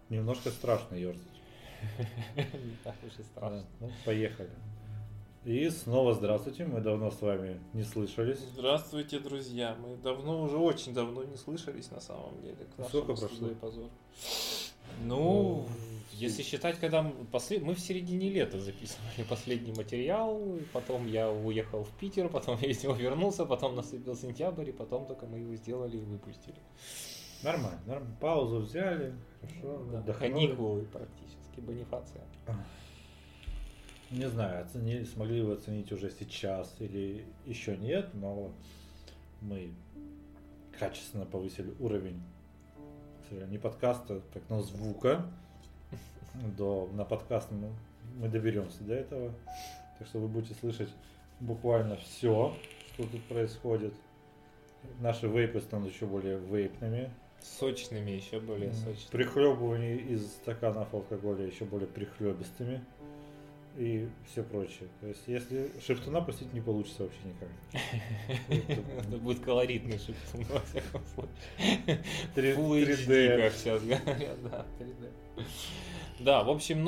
Немножко страшно ерзать. Не так уж и страшно. Ну, поехали. И снова здравствуйте, мы давно с вами не слышались. Здравствуйте, друзья. Мы давно, уже очень давно не слышались на самом деле. К Сколько нашему прошло? стыду и позору. Ну, если считать, когда мы в середине лета записывали последний материал, потом я уехал в Питер, потом я из него вернулся, потом наступил сентябрь, и потом только мы его сделали и выпустили. Нормально, нормально. Паузу взяли, хорошо, Да, отдохнули. каникулы практически, бонифация. Не знаю, смогли вы оценить уже сейчас или еще нет, но мы качественно повысили уровень не подкаста, так, но звука. На подкаст мы доберемся до этого. Так что вы будете слышать буквально все, что тут происходит. Наши вейпы станут еще более вейпными. Сочными, еще более сочными. Прихлебывание из стаканов алкоголя еще более прихлебистыми. И все прочее. То есть, если шептуна пустить не получится вообще никак. Это будет колоритный шептун, во всяком случае. 3D. Как сейчас говорят, да, 3D. Да, в общем,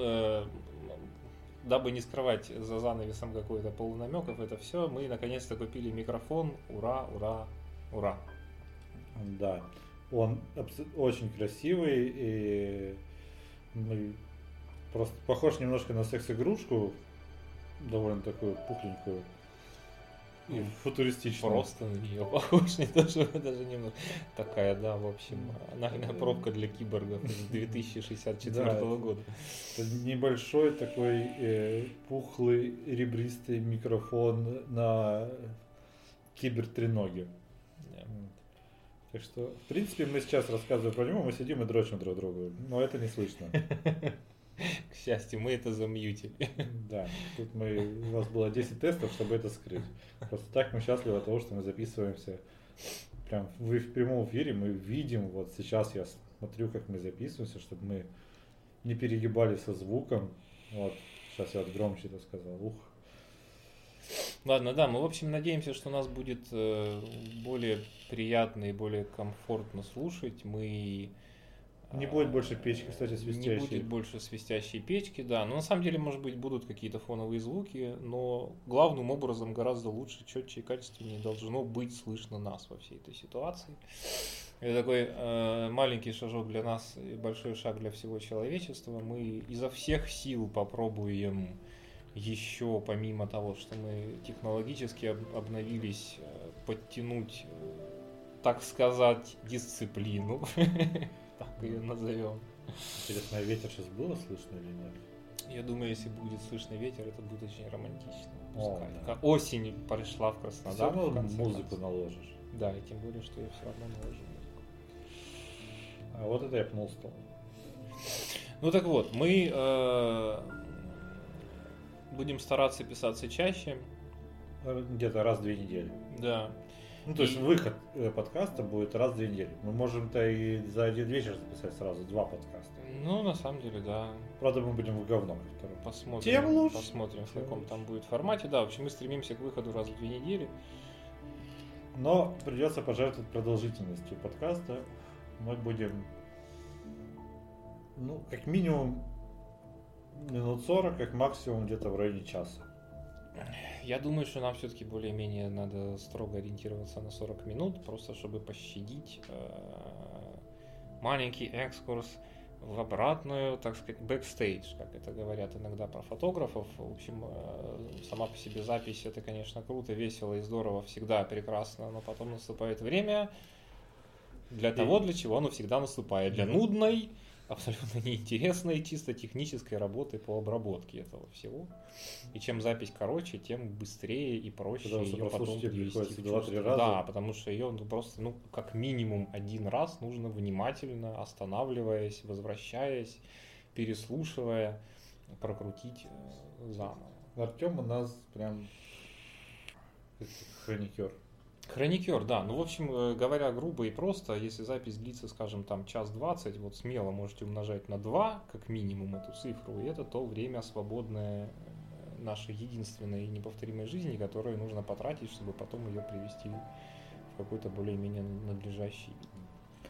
дабы не скрывать за занавесом какой-то полунамеков, это все, мы наконец-то купили микрофон. Ура, ура, ура. Да, он очень красивый, и мы просто похож немножко на секс-игрушку, довольно такую пухленькую и футуристичную. Просто на нее похож, не то, что даже немного. Такая, да, в общем, анальная пробка для киборгов из 2064 года. Это небольшой такой пухлый ребристый микрофон на кибертреноге. Так что, в принципе, мы сейчас рассказываем про него, мы сидим и дрочим друг другу, но это не слышно. К счастью, мы это замьютили. Да, тут у нас было 10 тестов, чтобы это скрыть. Просто так мы счастливы от того, что мы записываемся прям в прямом эфире, мы видим, вот сейчас я смотрю, как мы записываемся, чтобы мы не перегибали со звуком. Вот, сейчас я вот громче это сказал, ух. Ладно, да, мы, в общем, надеемся, что нас будет более приятно и более комфортно слушать. Мы... Не будет больше печки, кстати, свистящей. Не будет больше свистящей печки, да. Но на самом деле, может быть, будут какие-то фоновые звуки, но главным образом гораздо лучше, четче и качественнее должно быть слышно нас во всей этой ситуации. Это такой маленький шажок для нас и большой шаг для всего человечества. Мы изо всех сил попробуем еще, помимо того, что мы технологически обновились, подтянуть, так сказать, дисциплину. Так ее назовем. Интересно, а ветер сейчас было слышно или нет? Я думаю, если будет слышно ветер, это будет очень романтично. О, да. Осень пришла в Краснодар. Все равно музыку наложишь. Да, и тем более, что я все равно наложу музыку. А вот это я пнул стол. Ну так вот, мы будем стараться писаться чаще. Где-то раз в 2 недели. Да. Ну, то есть выход подкаста будет раз в 2 недели. Мы можем-то и за один вечер записать сразу 2 подкаста. Ну, на самом деле, да. Правда, мы будем в говно. Посмотрим, Тем лучше. Посмотрим, в каком там будет формате. Да, в общем, мы стремимся к выходу раз в 2 недели. Но придется пожертвовать продолжительностью подкаста. Мы будем, как минимум минут 40, как максимум где-то в районе часа. Я думаю, что нам все-таки более-менее надо строго ориентироваться на 40 минут, просто чтобы пощадить маленький экскурс в обратную, так сказать, бэкстейдж, как это говорят иногда про фотографов. В общем, сама по себе запись, это, конечно, круто, весело и здорово, всегда прекрасно, но потом наступает время для того, для чего оно всегда наступает, для нудной, абсолютно неинтересной, чисто технической работы по обработке этого всего. И чем запись короче, тем быстрее и проще ее потом привести в чувство. Да, потому что ее просто, как минимум один раз нужно внимательно, останавливаясь, возвращаясь, переслушивая, прокрутить заново. Артем у нас прям хроникер. Хроникер, да. В общем, говоря грубо и просто, если запись длится, скажем, там час 20, вот смело можете умножать на 2, как минимум, эту цифру, и это то время свободное нашей единственной и неповторимой жизни, которое нужно потратить, чтобы потом ее привести в какой-то более-менее надлежащий вид.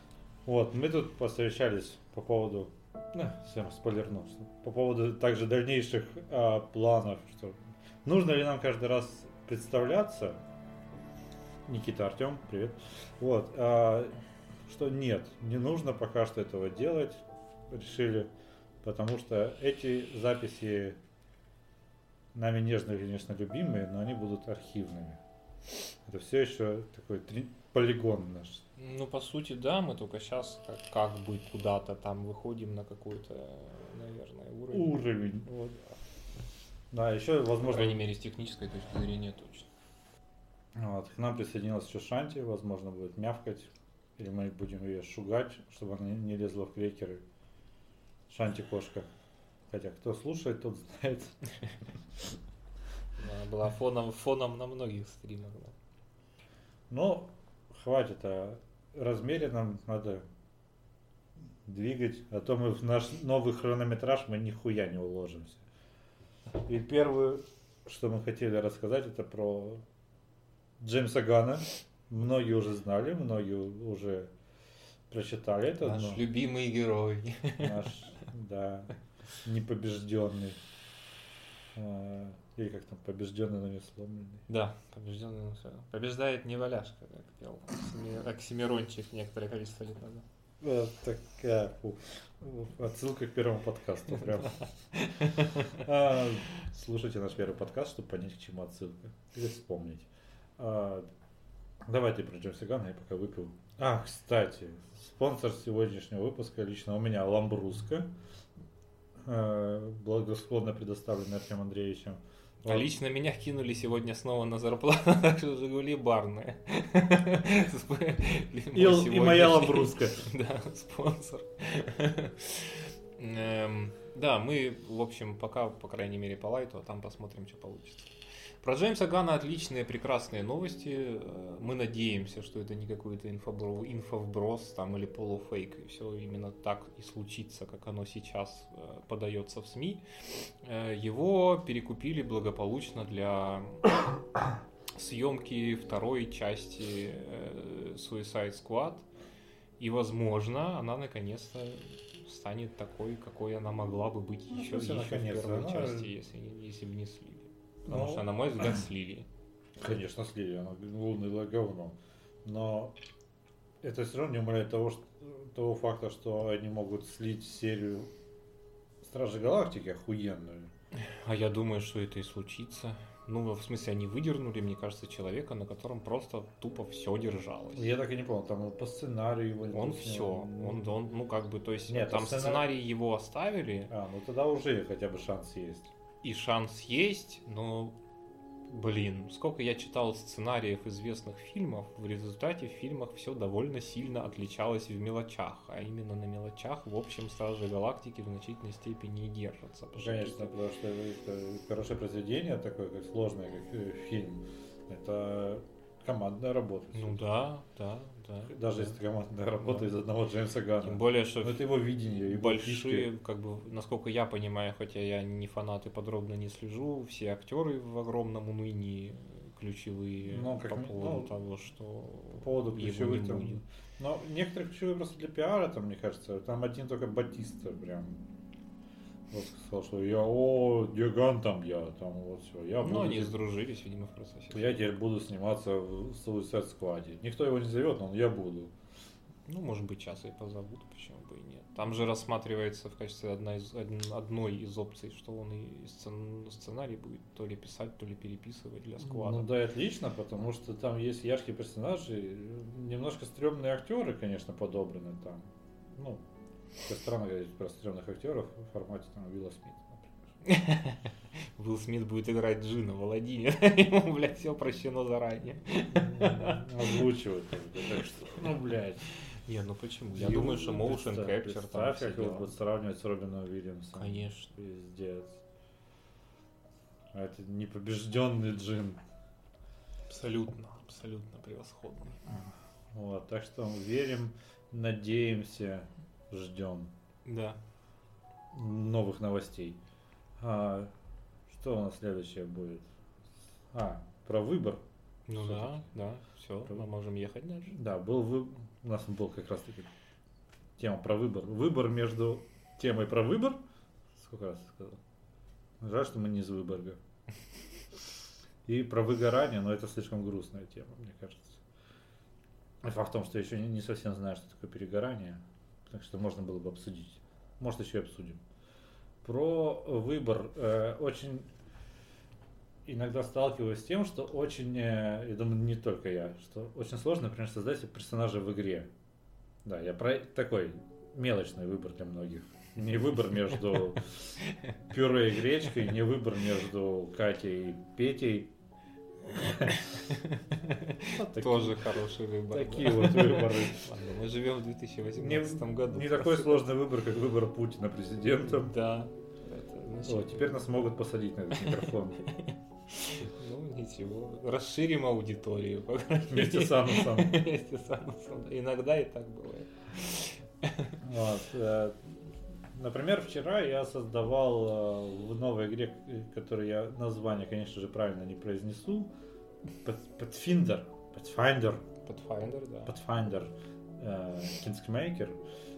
Вот, мы тут посовещались по поводу, спойлерну, по поводу также дальнейших планов, что нужно ли нам каждый раз представляться. Никита, Артем, привет. Вот, что нет, не нужно пока что этого делать, решили, потому что эти записи нами нежно, конечно, любимые, но они будут архивными. Это все еще такой полигон наш. Ну, по сути, да, мы только сейчас как бы куда-то там выходим на какой-то, наверное, уровень. Вот. Да, еще, возможно... По крайней мере, с технической точки зрения точно. Вот. К нам присоединилась еще Шанти, возможно, будет мявкать. Или мы будем ее шугать, чтобы она не лезла в крекеры. Шанти кошка. Хотя кто слушает, тот знает. Она была фоном на многих стримах. Да. Но хватит о размере, нам надо двигать, а то мы в наш новый хронометраж мы нихуя не уложимся. И первое, что мы хотели рассказать, это про Джеймса Ганна. Многие уже знали, многие уже прочитали это. Наш любимый герой. Наш, да, непобежденный. Или как там, побежденный, но не сломленный. Да, побежденный, но все. Побеждает не Валяшка, как пел Оксимирончик некоторое количество лет назад. Такая, отсылка к первому подкасту. Прям. Слушайте наш первый подкаст, чтобы понять, к чему отсылка. Или вспомнить. Давай ты про Джеймса Ганна, я пока выпил. Кстати, спонсор сегодняшнего выпуска лично у меня Ламбруска. Благосклонно предоставленный Артемом Андреевичем. А лично меня кинули сегодня снова на зарплату, так что Жигули барные. И моя Ламбруска. Да, спонсор. Да, мы, в общем, пока, по крайней мере, по лайту, а там посмотрим, что получится. Про Джеймса Ганна отличные, прекрасные новости. Мы надеемся, что это не какой-то инфовброс там, или полуфейк. И все именно так и случится, как оно сейчас подается в СМИ. Его перекупили благополучно для съемки второй части Suicide Squad. И, возможно, она наконец-то станет такой, какой она могла бы быть еще в первой части, если бы не слили. Потому что, на мой взгляд, слили. Конечно, слили, она унылое говно. Но это все равно не умаляет того факта, что они могут слить серию Стражей Галактики охуенную. А я думаю, что это и случится. Ну, в смысле, они выдернули, мне кажется, человека, на котором просто тупо все держалось. Я так и не понял, там по сценарию его... Он все, он, ну, как бы, то есть, нет, там сценарий его оставили. Ну тогда уже хотя бы шанс есть. И шанс есть, но, блин, сколько я читал сценариев известных фильмов, в результате в фильмах все довольно сильно отличалось в мелочах. А именно на мелочах, в общем, Стражи Галактики в значительной степени и держатся. Конечно, потому что это хорошее произведение, такое как сложное, как фильм. Это командная работа. Ну да. Даже если командная работа из одного Джеймса Ганна. Тем более, что это его видение. Его большие, как бы, насколько я понимаю, хотя я не фанат и подробно не слежу, все актеры в огромном уныне ключевые по поводу того, что по поводу ключевых там, но некоторые ключевые просто для пиара, там, мне кажется, там один только Батиста прям вот сказал, что Диган там я, там вот все. Ну, они сдружились, видимо, в процессе. Я теперь буду сниматься в Suicide Squad. Никто его не зовет, но я буду. Ну, может быть, сейчас и позовут, почему бы и нет. Там же рассматривается в качестве одной из опций, что он и сценарий будет то ли писать, то ли переписывать для сквада. Ну да, отлично, потому что там есть яркие персонажи, немножко стрёмные актеры, конечно, подобраны там. Ну, это странно говорить про стрёмных актеров в формате там Уилла Смита, например. Уилл Смит будет играть Джина Владимир. Ему, блядь, все прощено заранее. Озвучивают. Так что, ну, блядь. Не, ну почему? Я думаю, что motion capture там. Представь, как его будут сравнивать с Робином Уильямсом. Конечно. Пиздец. А это непобежденный Джин. Абсолютно превосходный. Вот, так что верим, надеемся, ждем. Да. Новых новостей. Что у нас следующее будет? Про выбор. Ну да, все, мы можем ехать дальше. Да, у нас был как раз таки тема про выбор. Выбор между темой про выбор. Сколько раз сказал? Жаль, что мы не из Выборга. И про выгорание, но это слишком грустная тема, мне кажется. И факт в том, что я еще не совсем знаю, что такое перегорание. Так что можно было бы обсудить. Может, еще и обсудим. Про выбор. Очень иногда сталкиваюсь с тем, что очень, я думаю, не только я, что очень сложно, например, создать персонажа в игре. Да, я про такой мелочный выбор для многих. Не выбор между пюре и гречкой, не выбор между Катей и Петей. Тоже хороший выбор. Такие вот выборы. Мы живем в 2018 году. Не такой сложный выбор, как выбор Путина президентом. Да. Теперь нас могут посадить на этот микрофон. Ну ничего, расширим аудиторию. Вместе с Анусом. Вместе с Анусом. Иногда и так бывает. Вот. Например, вчера я создавал в новой игре, которой я название, конечно же, правильно не произнесу, Pathfinder, да. Pathfinder, Kingmaker,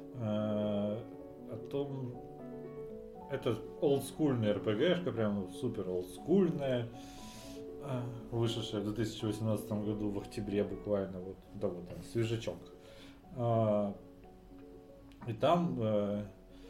о том, это олдскульная RPG-шка, прям супер олдскульная, вышедшая в 2018 году в октябре буквально, вот, да вот, свежачок. И там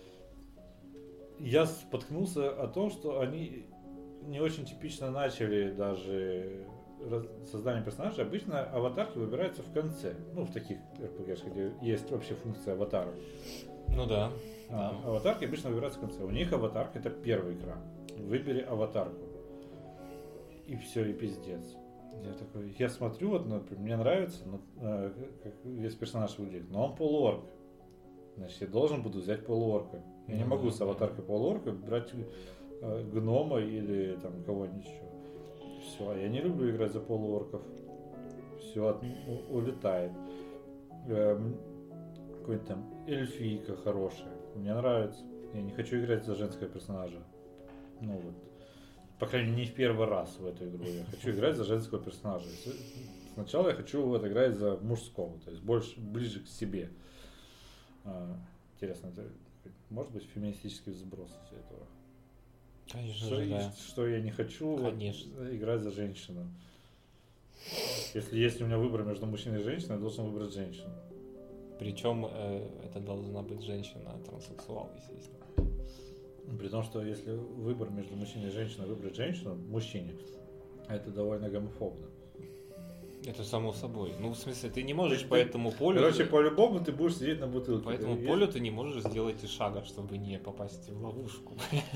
я споткнулся о том, что они не очень типично начали даже создание персонажа. Обычно аватарки выбираются в конце. Ну, в таких RPG, где есть общая функция аватара. Ну да. Аватарки обычно выбираются в конце. У них аватарка — это первый экран. Выбери аватарку. И все, и пиздец. Я смотрю, вот, например, мне нравится, как весь персонаж выглядит, но он полуорг. Значит, я должен буду взять полуорка. Я не могу с аватаркой полуорка брать гнома или там кого-нибудь еще. Все, я не люблю играть за полуорков. Все улетает. Какой-нибудь там эльфийка хорошая. Мне нравится. Я не хочу играть за женского персонажа. Ну вот. По крайней мере, не в первый раз в эту игру. Я хочу играть за женского персонажа. Сначала я хочу вот играть за мужского, то есть ближе к себе. Интересно, это может быть феминистический взброс из этого? Конечно, что я не хочу играть за женщину. Если у меня выбор между мужчиной и женщиной, я должен выбрать женщину. Причем это должна быть женщина, транссексуал, естественно. При том, что если выбор между мужчиной и женщиной, выбрать женщину, мужчине, это довольно гомофобно. Это само собой. Ну, в смысле, ты не можешь по этому полю... Короче, по-любому ты будешь сидеть на бутылке. По этому полю ты не можешь сделать и шага, чтобы не попасть в ловушку.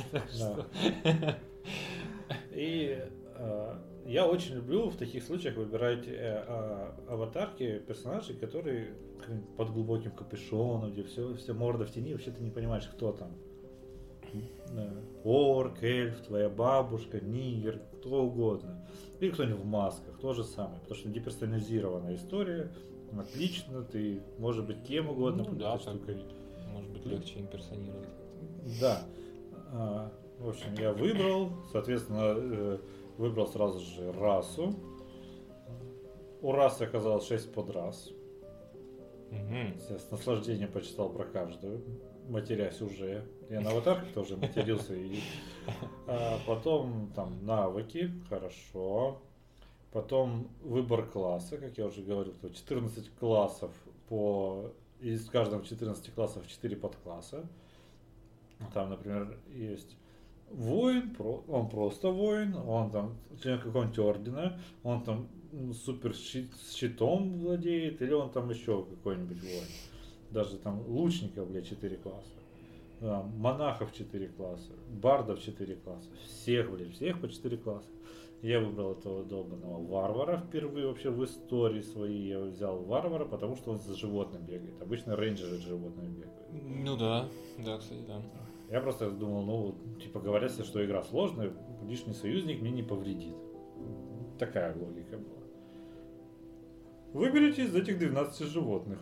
И я очень люблю в таких случаях выбирать аватарки персонажей, которые под глубоким капюшоном, где все морда в тени, вообще ты не понимаешь, кто там. Орк, эльф, твоя бабушка, нигер, кто угодно. Или кто-нибудь в масках, то же самое. Потому что деперсонализированная история, отлично, ты можешь быть кем угодно. Ну, да, может быть легче имперсонировать. Да. В общем, я выбрал, соответственно, выбрал сразу же расу. У расы оказалось 6 подрас. Я с наслаждением почитал про каждую, матерясь уже. Я на аватарке тоже матерился. Потом там навыки, хорошо. Потом выбор класса, как я уже говорил, 14 классов из каждого 14 классов 4 подкласса. Там, например, есть воин, он просто воин, он там член какого-нибудь ордена, он там супер щитом владеет, или он там еще какой-нибудь воин. Даже там лучников, 4 класса. Монахов 4 класса, бардов 4 класса. Всех по 4 класса. Я выбрал этого долбанного варвара впервые вообще в истории своей. Я взял варвара, потому что он за животным бегает. Обычно рейнджеры с животными бегают. Ну да, кстати, да. Я просто думал, говорят, что игра сложная, лишний союзник мне не повредит. Такая логика была. Выберите из этих 12 животных.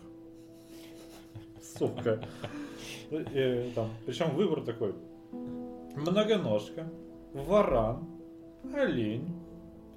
Сука. Причем выбор такой: многоножка, варан, олень,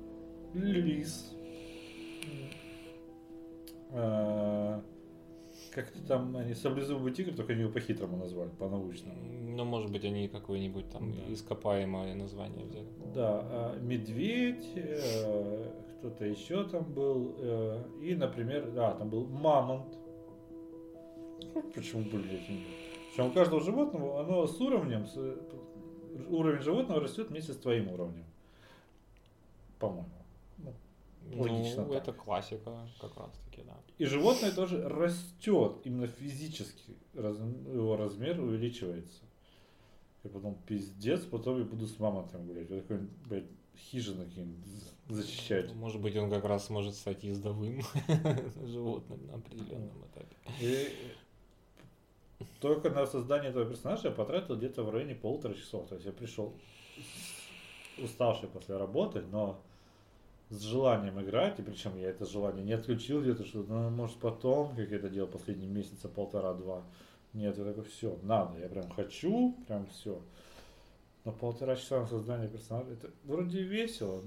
лис, Как-то там они саблезубый тигр, только они его по-хитрому назвали, по-научному. Ну, может быть, они какое-нибудь там ископаемое название взяли. Да, медведь, кто-то еще там был, и, например, там был мамонт. Почему, блядь, нет? Что у каждого животного, оно с уровнем, уровень животного растет вместе с твоим уровнем. По-моему. Логично. Ну, это классика, как раз таки, да. И животное тоже растет, именно физически его размер увеличивается. И потом пиздец, потом я буду с мамонтом гулять. Вот такой, блядь, хижина защищать. Может быть, он как раз может стать ездовым животным на определенном этапе. И только на создание этого персонажа я потратил где-то в районе 1,5 часов. То есть я пришел уставший после работы, но с желанием играть, и причем я это желание не отключил где-то, что может потом, как я это делал последние месяца, 1,5-2. Нет, я такой, все, надо, я прям хочу, прям все. Но 1,5 часа на создание персонажа, это вроде весело,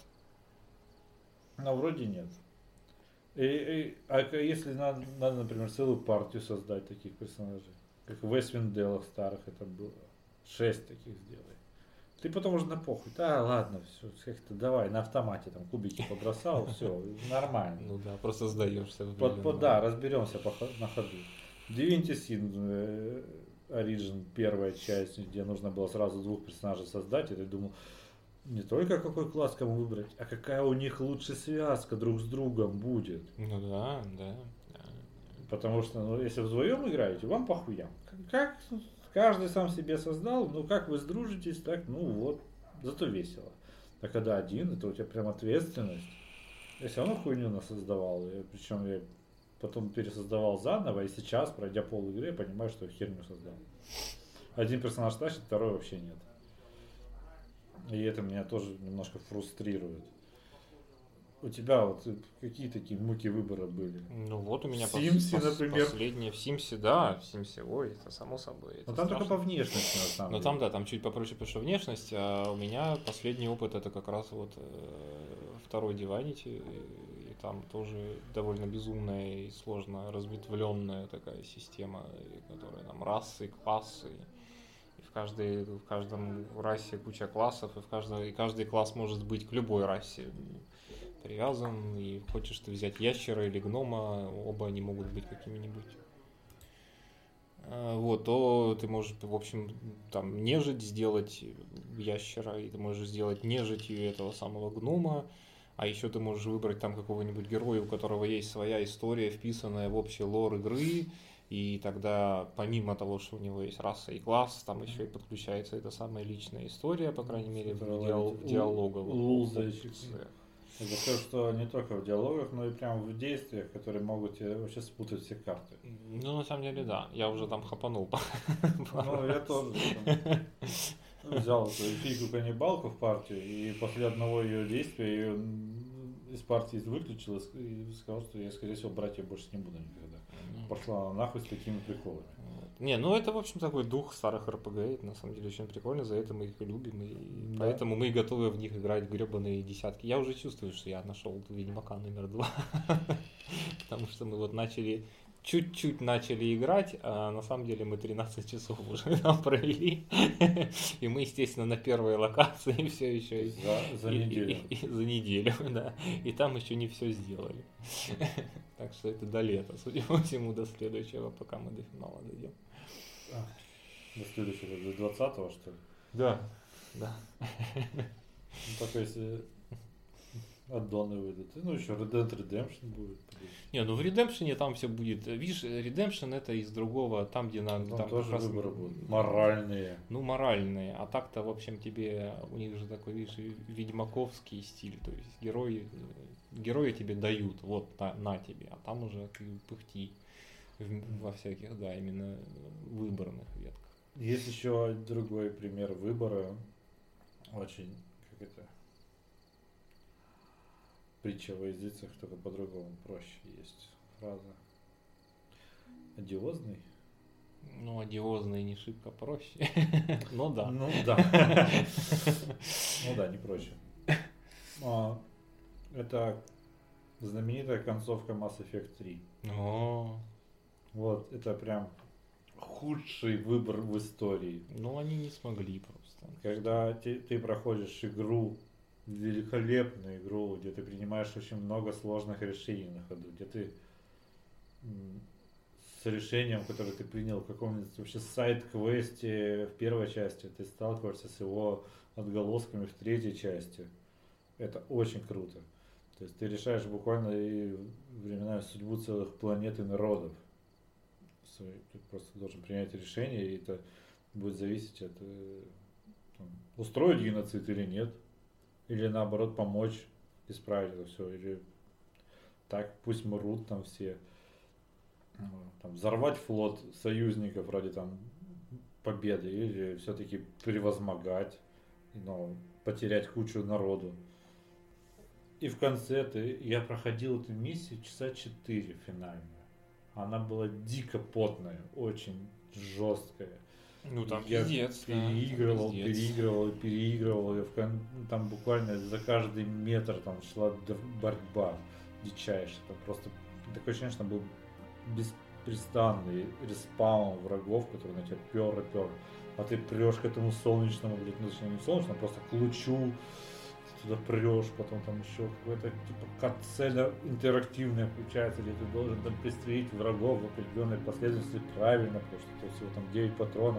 но вроде нет. А если надо, например, целую партию создать таких персонажей, как в Эсвинделах старых это было, 6 таких сделай. Ты потом уже на похуй, да ладно, все, как-то давай, на автомате там кубики побросал, все, нормально. Ну да, просто сдаешься. Да, разберемся на ходу. Divinity Sin Origin, первая часть, где нужно было сразу 2 персонажей создать, и ты думал, не только какой класс кому выбрать, а какая у них лучшая связка друг с другом будет. Ну да. Потому что, если вдвоем играете, вам похуям. Как каждый сам себе создал, как вы сдружитесь, так, вот, зато весело. А когда один, это у тебя прям ответственность. Я все равно хуйню насоздавал, причем я потом пересоздавал заново, и сейчас, пройдя пол игры, я понимаю, что я херню создал. Один персонаж тащит, второй вообще нет. И это меня тоже немножко фрустрирует. У тебя вот какие такие муки выбора были? Ну вот у меня Симси, например. Последнее в Симсе, да, в Симсе, ой, это само собой. Но там только по внешности, на самом деле. Ну там, да, там чуть попроще, потому что внешность, а у меня последний опыт это как раз вот второй Divinity, и там тоже довольно безумная и сложно разветвленная такая система, которая там расы, классы. В каждом расе куча классов, и каждый класс может быть к любой расе привязан, и хочешь ты взять ящера или гнома, оба они могут быть какими-нибудь. Вот, то ты можешь, в общем, там нежить сделать ящера, и ты можешь сделать нежитью этого самого гнома, а еще ты можешь выбрать там какого-нибудь героя, у которого есть своя история, вписанная в общий лор игры, и тогда, помимо того, что у него есть раса и класс, там еще и подключается эта самая личная история, по крайней мере, в диалоговом. Это то, что не только в диалогах, но и прямо в действиях, которые могут тебе вообще спутать все карты. Ну, на самом деле, да. Я уже там хапанул. Ну, я тоже взял эльфийку-каннибалку в партию, и после одного ее действия ее из партии выключил и сказал, что я, скорее всего, брать ее больше не буду никогда. Пошла нахуй с такими приколами. Не, ну это, в общем, такой дух старых РПГ, это на самом деле очень прикольно, за это мы их и любим, и поэтому мы готовы в них играть гребаные десятки. Я уже чувствую, что я нашел Ведьмака номер 2, потому что мы вот чуть-чуть начали играть, а на самом деле мы 13 часов уже там провели, и мы, естественно, на первой локации все еще за неделю. За неделю, да, и там еще не все сделали. Так что это до лета, судя по всему, до следующего, пока мы до финала дойдем. До следующего, до 20-го, что ли? Да. Только если аддоны выйдут. Ну, еще Red Dead Redemption будет. Не, ну в Redemption там все будет. Видишь, Redemption это из другого, там, где надо. Там тоже выборы будут. Моральные. Ну, моральные. А так-то, в общем, тебе, у них же такой, видишь, ведьмаковский стиль. То есть герои тебе дают, вот на тебе, а там уже ты пыхти во всяких, да, именно выборных ветках. Есть еще другой пример выбора. Очень, притча во языцах, только по-другому, проще есть фраза. Одиозный? Ну, одиозный не шибко проще. Ну да. Ну да. Ну да, не проще. Это знаменитая концовка Mass Effect 3. Вот, это прям худший выбор в истории. Ну, они не смогли просто. Когда ты проходишь игру, великолепную игру, где ты принимаешь очень много сложных решений на ходу, где ты с решением, которое ты принял в каком-нибудь вообще сайд-квесте в первой части, ты сталкиваешься с его отголосками в третьей части. Это очень круто. То есть ты решаешь буквально и временами судьбу целых планет и народов. Ты просто должен принять решение, и это будет зависеть от устроить геноцид или нет. Или наоборот помочь исправить это все. Или так пусть мрут там все. Там, взорвать флот союзников ради там победы. Или все-таки превозмогать, но потерять кучу народу. И в конце я проходил эту миссию часа 4 финальную. Она была дико потная, очень жесткая. Ну там я пиздец, переигрывал, да, пиздец. переигрывал. Там буквально за каждый метр там шла борьба дичайшая. Там просто такое ощущение, что там был беспрестанный респаун врагов, которые на тебя пер и пер. А ты прешь к этому солнечному, блядь, ну точнее не солнечному, а просто к лучу. Туда прешь, потом там еще какой-то типа катсцена интерактивная включается, где ты должен там пристрелить врагов в определенной последовательности правильно, потому что всего там 9 патронов.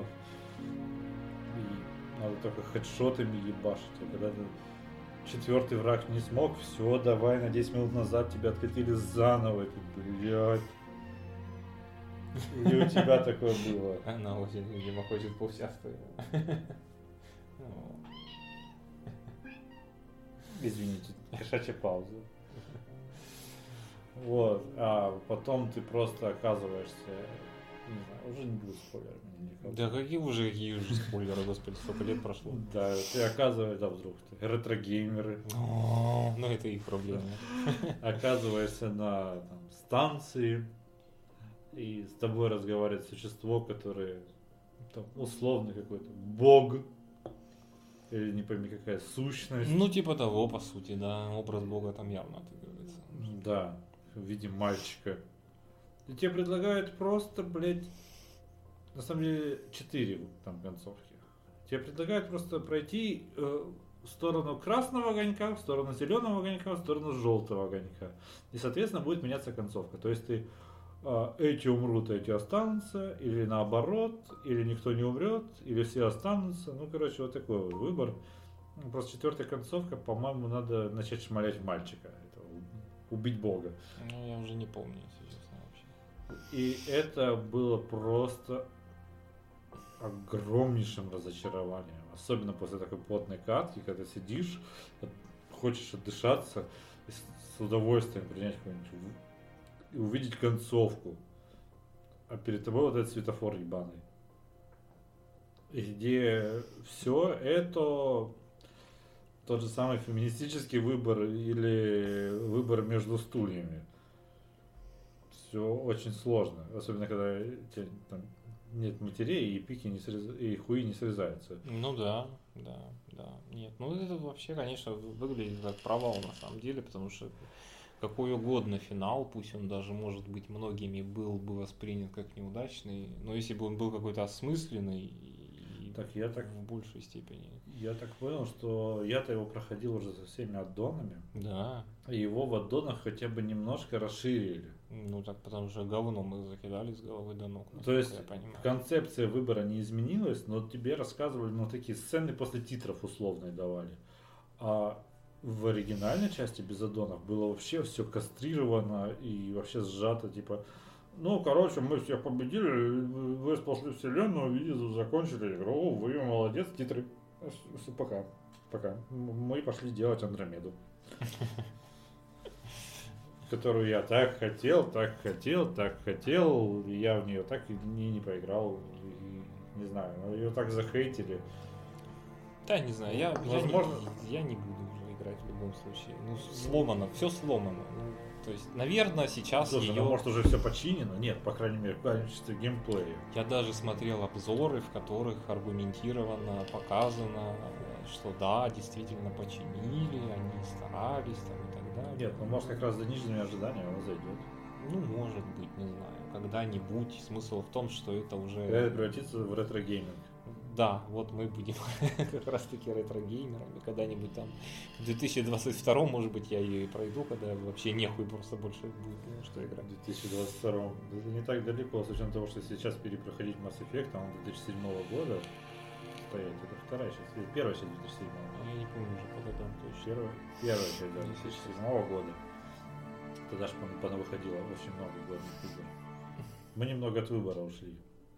И надо только хедшотами ебашить. А когда ты 4-й враг не смог, все, давай на 10 минут назад тебя откатили заново. И ты, блядь. Или у тебя такое было? Она очень, видимо, хочет поучаствовать. Извините, кошачья пауза. Вот, а потом ты просто оказываешься, не знаю, уже не будет спойлеров. Да какие уже спойлеры, господи, сколько лет прошло. Да, ты оказываешься, да, вдруг ты ретро-геймеры. Ну это их проблема. Оказываешься на там, станции, и с тобой разговаривает существо, которое там, условно какой-то бог. Или не пойми какая сущность. Ну типа того, по сути, да. Образ бога там явно отыгрывается. Да, в виде мальчика. И тебе предлагают просто, блядь, на самом деле 4 там концовки. Тебе предлагают просто пройти в сторону красного огонька, в сторону зеленого огонька, в сторону желтого огонька. И, соответственно, будет меняться концовка. То есть ты эти умрут, эти останутся, или наоборот, или никто не умрет, или все останутся. Ну, короче, вот такой вот выбор. Просто 4-я концовка, по-моему, надо начать шмалять в мальчика. Это убить бога. Ну, я уже не помню, если честно, вообще. И это было просто огромнейшим разочарованием. Особенно после такой плотной катки, когда сидишь, хочешь отдышаться, и с удовольствием принять какой-нибудь и увидеть концовку. А перед тобой вот этот светофор ебаный. Где все это тот же самый феминистический выбор или выбор между стульями. Все очень сложно. Особенно когда там нет матерей и пики не и хуи не срезаются. Ну да. Нет, ну это вообще, конечно, выглядит как провал на самом деле, потому что какой угодно финал, пусть он даже, может быть, многими был бы воспринят как неудачный, но если бы он был какой-то осмысленный, так в большей степени. Я так понял, что я-то его проходил уже со всеми аддонами. Да. И его в аддонах хотя бы немножко расширили. Ну так, потому что говно мы закидали с головы до ног. То есть концепция выбора не изменилась, но тебе рассказывали, ну, такие сцены после титров условные давали. А в оригинальной части без аддонов было вообще все кастрировано и вообще сжато, типа, ну, короче, мы всех победили, вы спасли вселенную, и закончили игру, вы молодец, титры. Пока. Мы пошли делать Андромеду. Которую я так хотел, и я в нее так и не поиграл, и, не знаю, ее так захейтили. Да, не знаю, я не буду уже играть в любом случае. Ну, сломано, все сломано. Ну, то есть, наверное, сейчас Слушай, ее... может уже все починено? Нет, по крайней мере, в качестве геймплея. Я даже смотрел обзоры, в которых аргументированно показано, что да, действительно починили, они старались там и так далее. Нет, ну может как раз за нижними ожиданиями оно зайдет. Ну, может быть, не знаю. Когда-нибудь. Смысл в том, что это уже... Это превратится в ретро-гейминг. Да, вот мы будем как раз таки ретро-геймерами. Когда-нибудь там в 2022, может быть, я ее и пройду, когда вообще нехуй просто больше будет ни на что играть. В 2022. Это не так далеко, с учетом того, что сейчас перепроходить Mass Effect, а он 2007 года стоять. Это вторая часть. Или первая часть 2007 Я не помню уже по годам точно. Первая часть, да, 2007 года. Тогда же выходило очень много годных игр. Мы немного от выбора ушли.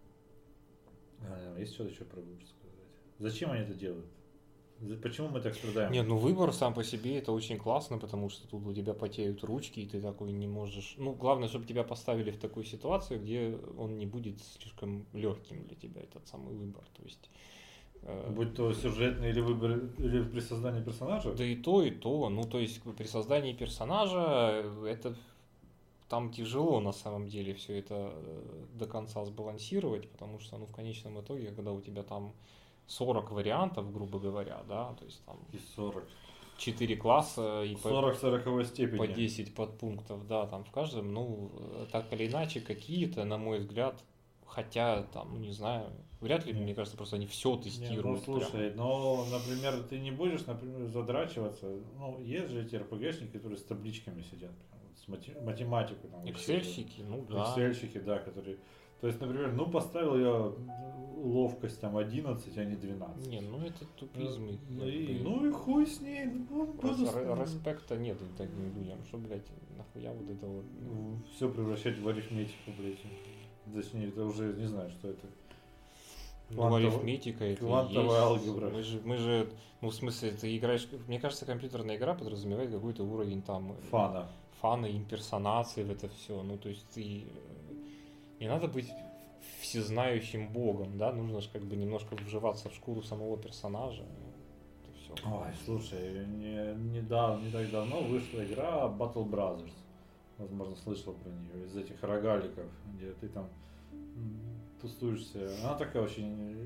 Есть что-то еще про выбор сказать? Зачем они это делают? Почему мы так страдаем? Нет, ну выбор сам по себе это очень классно, потому что тут у тебя потеют ручки, и ты такой не можешь... Ну, главное, чтобы тебя поставили в такую ситуацию, где он не будет слишком легким для тебя, этот самый выбор. То есть... Будь то сюжетный или выбор, или при создании персонажа? Да и то, и то. Ну, то есть при создании персонажа это... Там тяжело на самом деле все это до конца сбалансировать, потому что, ну, в конечном итоге, когда у тебя там 40 вариантов, грубо говоря, да, то есть там и 40. 4 класса и 40 степени. По 10 подпунктов, да, там в каждом, ну, так или иначе, какие-то, на мой взгляд, хотя там, ну, не знаю, вряд ли, мне кажется, просто они все тестируют. Ну, слушай, но, например, ты не будешь, например, задрачиваться, ну, есть же эти РПГшники, которые с табличками сидят, с математикой. Excel-щики, ну да. Excel-щики, да, которые... То есть, например, ну, поставил я ловкость там 11, а не 12. Не, ну это тупизм. Ну и хуй с ней. Респекта нет таким людям, что, блядь, нахуя вот это вот. Все превращать в арифметику, блядь. Точнее, это уже не знаю, что это. Ну, арифметика это квантовая алгебра. Мы же, ну, в смысле, ты играешь... Мне кажется, компьютерная игра подразумевает какой-то уровень там... Фана, имперсонации в это все. Ну, то есть ты... Не надо быть всезнающим богом, да? Нужно же как бы немножко вживаться в шкуру самого персонажа. Это все. Ой, слушай, не так давно вышла игра Battle Brothers. Возможно, слышал про нее. Из этих рогаликов, где ты там тусуешься. Она такая очень...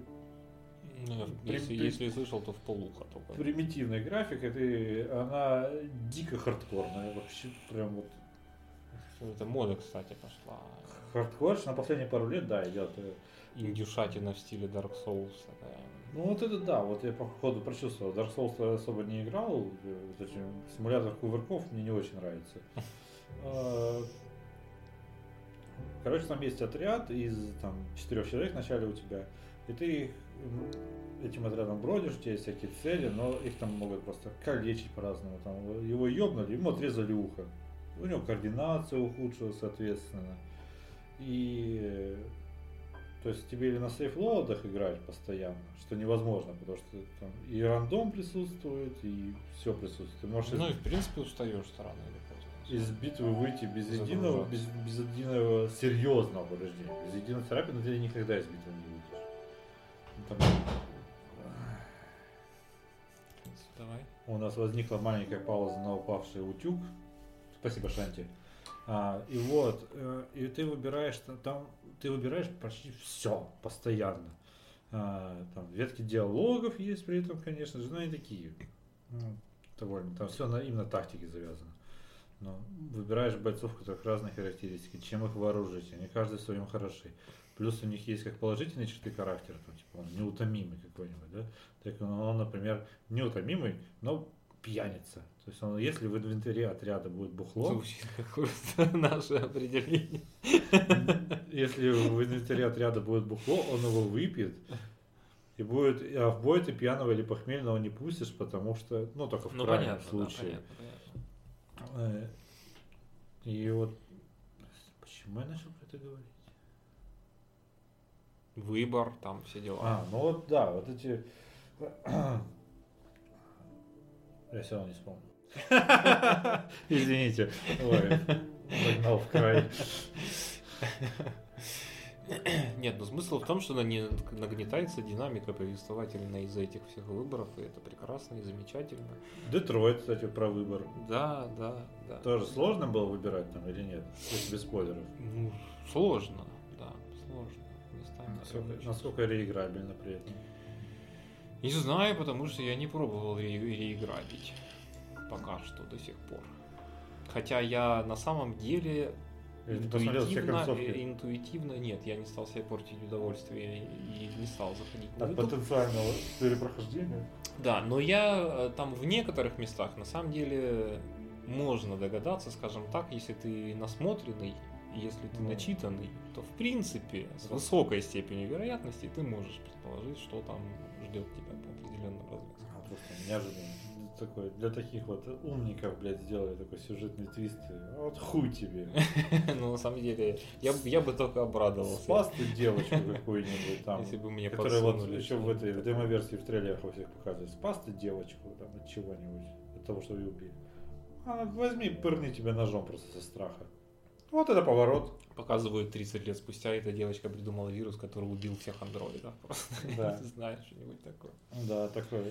Если слышал, то в полуха только. Примитивная графика, она дико хардкорная. Вообще прям вот... Это мода, кстати, пошла. Хардкор на последние пару лет, да, идет. Индюшатина в стиле Dark Souls такая. Ну вот это да, вот я по ходу прочувствовал. Dark Souls особо не играл. Симулятор кувырков мне не очень нравится. Короче, там есть отряд из 4 человек вначале у тебя, и ты этим отрядом бродишь, у тебя есть всякие цели, но их там могут просто калечить по-разному. Там его ёбнули, ему отрезали ухо. У него координация ухудшилась, соответственно. И то есть тебе или на сейфлоудах играть постоянно, что невозможно, потому что там и рандом присутствует, и все присутствует. Ты можешь ну и в принципе устаешь рано или поздно. Из битвы выйти без единого серьезного повреждения. Без единой царапины ты никогда из битвы не выйдешь. Давай. У нас возникла маленькая пауза на упавший утюг. Спасибо, Шанти. И вот, и ты выбираешь почти все постоянно. Там ветки диалогов есть при этом, конечно же, но они такие. Довольно. Там все именно тактике завязано. Но выбираешь бойцов, у которых разные характеристики, чем их вооружить, они каждый в своем хороши. Плюс у них есть как положительные черты характера, там, типа он неутомимый какой-нибудь, да? Так он, например, неутомимый, но пьяница. То есть он, если в инвентаре отряда будет бухло... Звучит как наше определение. Если в инвентаре отряда будет бухло, он его выпьет. И будет, а в бой ты пьяного или похмельного не пустишь, потому что, ну, только в крайнем случае. Да, понятно. И вот, почему я начал про это говорить? Выбор, там все дела. Ну вот, да, вот эти... Я все равно не вспомнил. Извините. Ой, загнал в край. Нет, но смысл в том, что нагнетается динамика повествовательная из-за этих всех выборов, и это прекрасно и замечательно. Детройт, кстати, про выбор. Да. Тоже сложно было выбирать там или нет? Если без спойлеров. Ну, сложно, да, сложно. Насколько реиграбельно при этом? Не знаю, потому что я не пробовал реиграбить. Пока что, до сих пор. Хотя я на самом деле Или ты посмотрел все концовки? Интуитивно нет, я не стал себе портить удовольствие и не стал заходить на От YouTube. потенциального перепрохождения. Да, но я там в некоторых местах на самом деле можно догадаться, скажем так, если ты насмотренный, если ты начитанный, то в принципе с высокой степенью вероятности ты можешь предположить, что там ждет тебя по определенным развязкам. Просто неожиданно. Такой, для таких вот умников, блядь, сделали такой сюжетный твист. Вот хуй тебе. Ну, на самом деле, я бы только обрадовался. Спас ты девочку какую-нибудь там, если бы мне которая вот подсунули еще в этой в демо-версии в трейлерах во всех показывает. Спас ты девочку там от чего-нибудь, от того, что ее убили. А возьми, пырни тебя ножом просто со страха. Вот это поворот. Показывают 30 лет спустя, эта девочка придумала вирус, который убил всех андроидов. Просто Да. не знаю, что-нибудь такое. Да, такой.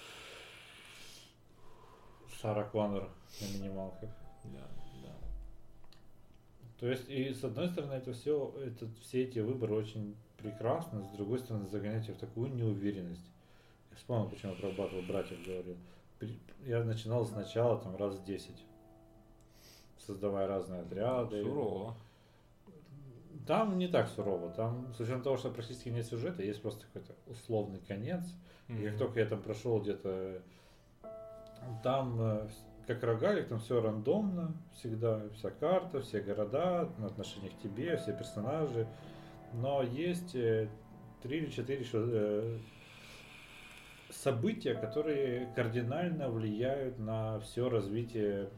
Сара Коннор на минималках. Да, да. То есть, и с одной стороны, все эти выборы очень прекрасны, с другой стороны, загоняют тебя в такую неуверенность. Я вспомнил, почему я про батл братьев говорил. Я начинал сначала там раз 10, создавая разные отряды. Сурово. Там не так сурово. Там, с учетом того, что практически нет сюжета, есть просто какой-то условный конец. И как только я там прошел где-то, там как рогалик, там все рандомно, всегда вся карта, все города, отношение к тебе, все персонажи. Но есть 3 или 4 события, которые кардинально влияют на все развитие,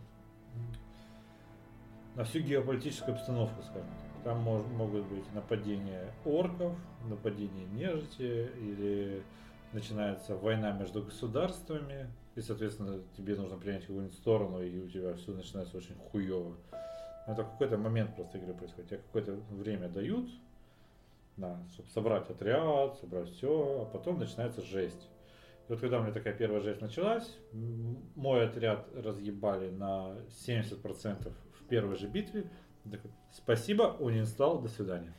на всю геополитическую обстановку, скажем так. Там могут быть нападения орков, нападения нежити, или начинается война между государствами, и, соответственно, тебе нужно принять какую-нибудь сторону, и у тебя все начинается очень хуево. Это в какой-то момент просто игры происходит. Тебе какое-то время дают, чтобы собрать отряд, собрать все, а потом начинается жесть. И вот когда у меня такая первая жесть началась, мой отряд разъебали на 70% в первой же битве. Такой, спасибо, унинсталл, до свидания.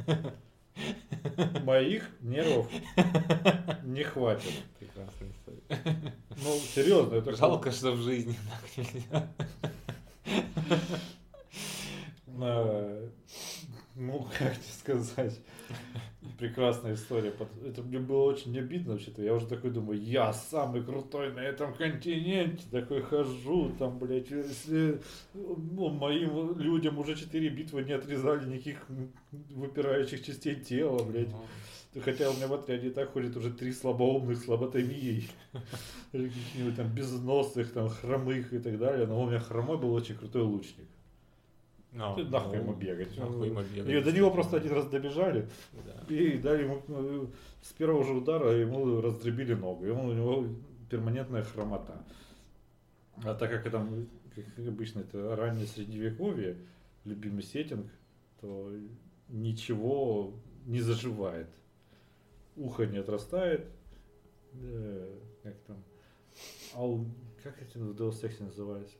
Моих нервов не хватит. Прекрасная история. Ну, серьезно, это жалко, что в жизни так нельзя. Ну, как тебе сказать, прекрасная история. Это мне было очень обидно вообще-то. Я уже такой думаю, я самый крутой на этом континенте. Такой хожу, там, блядь, если моим людям уже 4 битвы не отрезали никаких выпирающих частей тела, блядь. Хотя у меня в отряде и так ходит уже 3 слабоумных слаботомии. Или каких-нибудь там безносых, там, хромых и так далее. Но у меня хромой был очень крутой лучник. Нахуй ему бегать. И до него просто один раз добежали, да. И дали ему с первого же удара ему раздробили ногу. И у него перманентная хромота. А так как это, как обычно, это раннее средневековье, любимый сеттинг, то ничего не заживает. Ухо не отрастает. Как там? Как это в Deus Ex называется?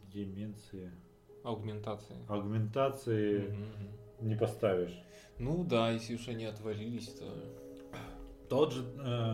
Аугментации не поставишь. Ну да, если уж они отвалились, то... Тот же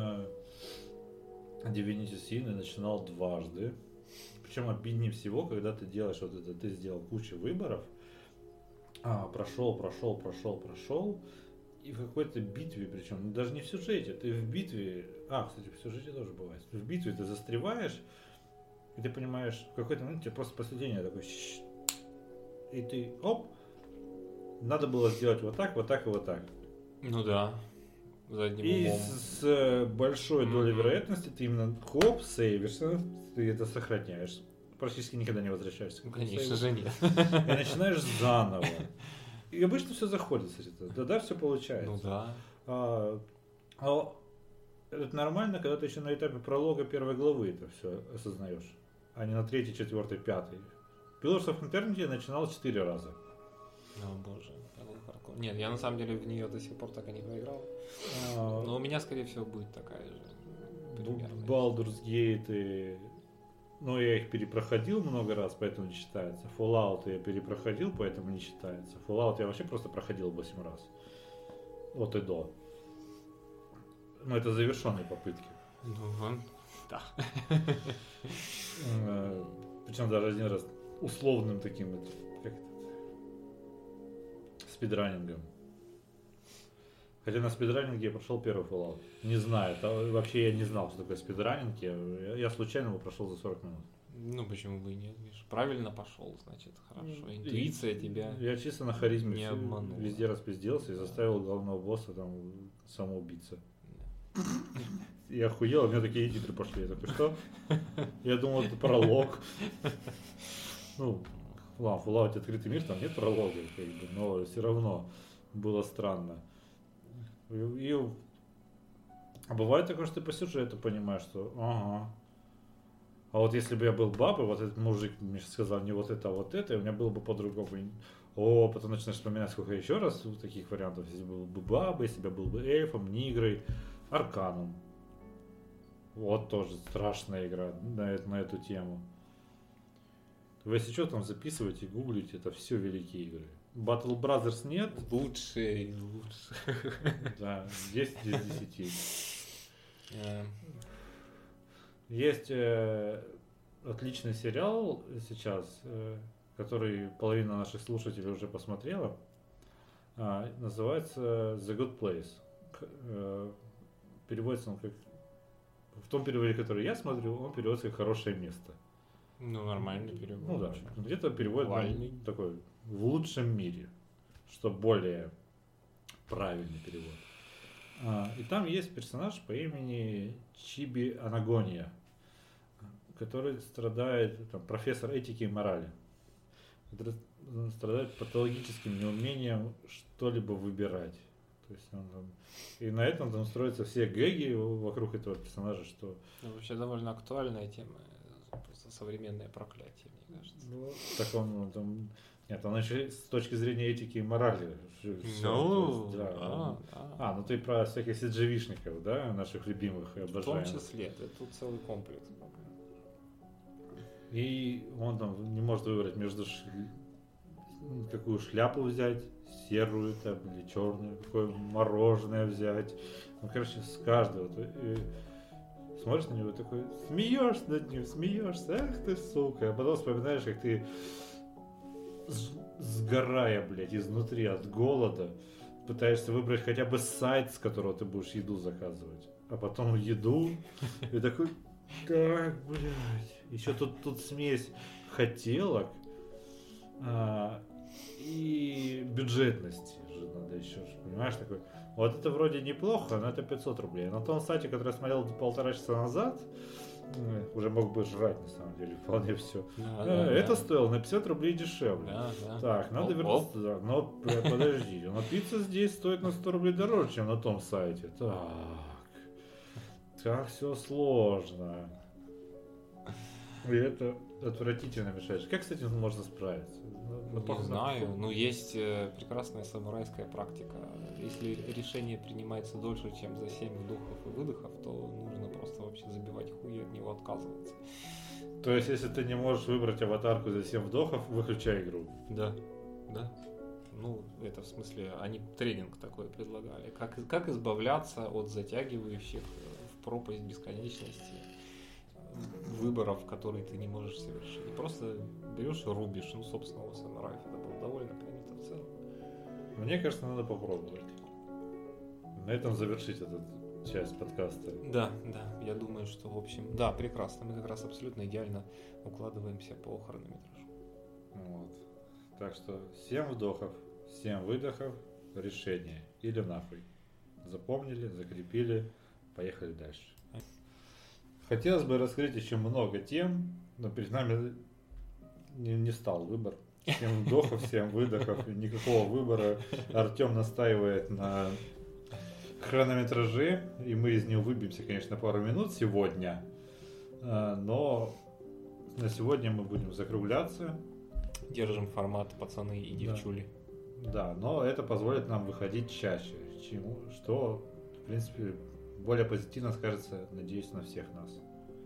Divinity Sin начинал дважды. Причем обиднее всего, когда ты делаешь вот это, ты сделал кучу выборов, прошел, и в какой-то битве, причем даже не в сюжете, ты в битве, кстати, в сюжете тоже бывает, в битве ты застреваешь, и ты понимаешь, в какой-то момент тебе просто последнее такой, и ты, надо было сделать вот так, вот так и вот так. Ну да, задним и умом. С большой долей вероятности ты именно сейвишься, ты это сохраняешь, практически никогда не возвращаешься. Конечно же нет. И начинаешь заново. И обычно все заходит, кстати. Да, все получается. Ну да. Это нормально, когда ты еще на этапе пролога первой главы это все осознаешь, а не на 3, 4, 5. Pillars of Eternity я начинал 4 раза. О боже. Нет, я на самом деле в нее до сих пор так и не поиграл. Но у меня, скорее всего, будет такая же. Baldur's Gate, я их перепроходил много раз, поэтому не считается. Fallout я перепроходил, поэтому не считается. Fallout я вообще просто проходил 8 раз. От и до. Но это завершенные попытки. Да. Причем даже один раз условным таким, спидранингом. Хотя на спидранинге я прошел первый Fallout. Не знаю, вообще я не знал, что такое спидранинг. Я случайно его прошел за 40 минут. Ну, почему бы и нет? Видишь, правильно пошел, значит, хорошо. Интуиция тебя Я чисто на харизме не обманула. Везде распизделся и заставил главного босса там самоубиться. Я охуел, у меня такие титры пошли. Я такой, что? Я думал, это пролог. Ну, ладно, в Fallout открытый мир, там нет пролога, как бы, но все равно было странно. А бывает такое, что ты по сюжету понимаешь, что ага. А вот если бы я был бабой, вот этот мужик мне сказал не вот это, а вот это, и у меня было бы по-другому. О, потом начинаешь вспоминать, сколько еще раз таких вариантов. Если был бы бабой, если бы был бы эльфом, нигрой, арканом. Вот тоже страшная игра на эту тему. Вы если что там записываете, гуглите, это все великие игры. Battle Brothers нет. Лучшие и лучше. Да, 10 из 10. Есть отличный сериал сейчас, который половина наших слушателей уже посмотрела. Называется The Good Place. Переводится он как... В том переводе, который я смотрю, он переводится как «хорошее место». Ну, нормальный перевод. Ну да, где-то переводит такой «в лучшем мире», что более правильный перевод. И там есть персонаж по имени Чиби Анагония, который страдает, там, профессор этики и морали, который страдает патологическим неумением что-либо выбирать. То есть он там, и на этом там строятся все гэги вокруг этого персонажа, что... Ну, вообще довольно актуальная тема, просто современное проклятие, мне кажется. Ну, так он там... Нет, он еще с точки зрения этики и морали. Ну, да. Ну ты про всяких CGV-шников, да, наших любимых и обожаемых. В том числе, это тут целый комплекс. И он там не может выбрать между какую шляпу взять, серую там, или черную, какое мороженое взять. Ну, короче, с каждого. И смотришь на него такой, смеешься над ним, смеешься, ах ты сука. А потом вспоминаешь, как ты, сгорая, блядь, изнутри от голода, пытаешься выбрать хотя бы сайт, с которого ты будешь еду заказывать. А потом еду, и такой, так, блядь. Еще тут смесь хотелок и бюджетности же надо еще, понимаешь, такой. Вот это вроде неплохо, но это 500 рублей. На том сайте, который я смотрел 1,5 часа назад, уже мог бы жрать, на самом деле, вполне все. Это стоило на 50 рублей дешевле. Так, надо вернуться туда. Но подожди, но пицца здесь стоит на 100 рублей дороже, чем на том сайте. Так все сложно. И это отвратительно мешает. Как с этим можно справиться? Не знаю, но есть прекрасная самурайская практика. Если решение принимается дольше, чем за 7 вдохов и выдохов, то нужно просто вообще забивать хуй и от него отказываться. То есть, если ты не можешь выбрать аватарку за 7 вдохов, выключай игру. Да. Ну, это в смысле, они тренинг такой предлагали. Как избавляться от затягивающих в пропасть бесконечности выборов, которые ты не можешь совершить. И просто берешь и рубишь, собственно, у самураев это было довольно принято в целом. Мне кажется, надо попробовать. На этом завершить эту часть подкаста. Да, я думаю, что, в общем, да, прекрасно. Мы как раз абсолютно идеально укладываемся по хронометражу. Вот. Так что 7 вдохов, 7 выдохов, решение. Или нахуй. Запомнили, закрепили, поехали дальше. Хотелось бы раскрыть еще много тем, но перед нами не стал выбор. 7 вдохов, 7 выдохов, и никакого выбора. Артем настаивает на хронометраже, и мы из него выбьемся, конечно, пару минут сегодня. Но на сегодня мы будем закругляться. Держим формат пацаны и девчули. Да, но это позволит нам выходить чаще, что, в принципе, более позитивно скажется, надеюсь, на всех нас.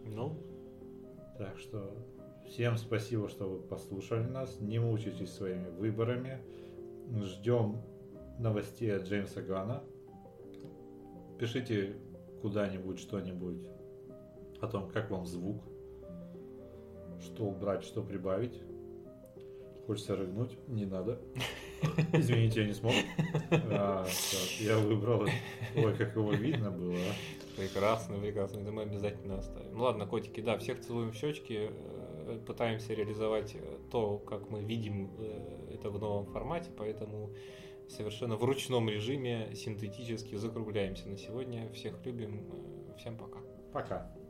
Так что всем спасибо, что вы послушали нас. Не мучайтесь своими выборами. Ждем новостей от Джеймса Ганна. Пишите куда-нибудь что-нибудь о том, как вам звук, что убрать, что прибавить. Хочется рыгнуть, не надо. Извините, я не смог. Я выбрал. Ой, как его видно было. Прекрасно, прекрасно. Это мы обязательно оставим. Ну ладно, котики, да, всех целуем в щечки. Пытаемся реализовать то, как мы видим это в новом формате, поэтому совершенно в ручном режиме синтетически закругляемся на сегодня. Всех любим. Всем пока. Пока.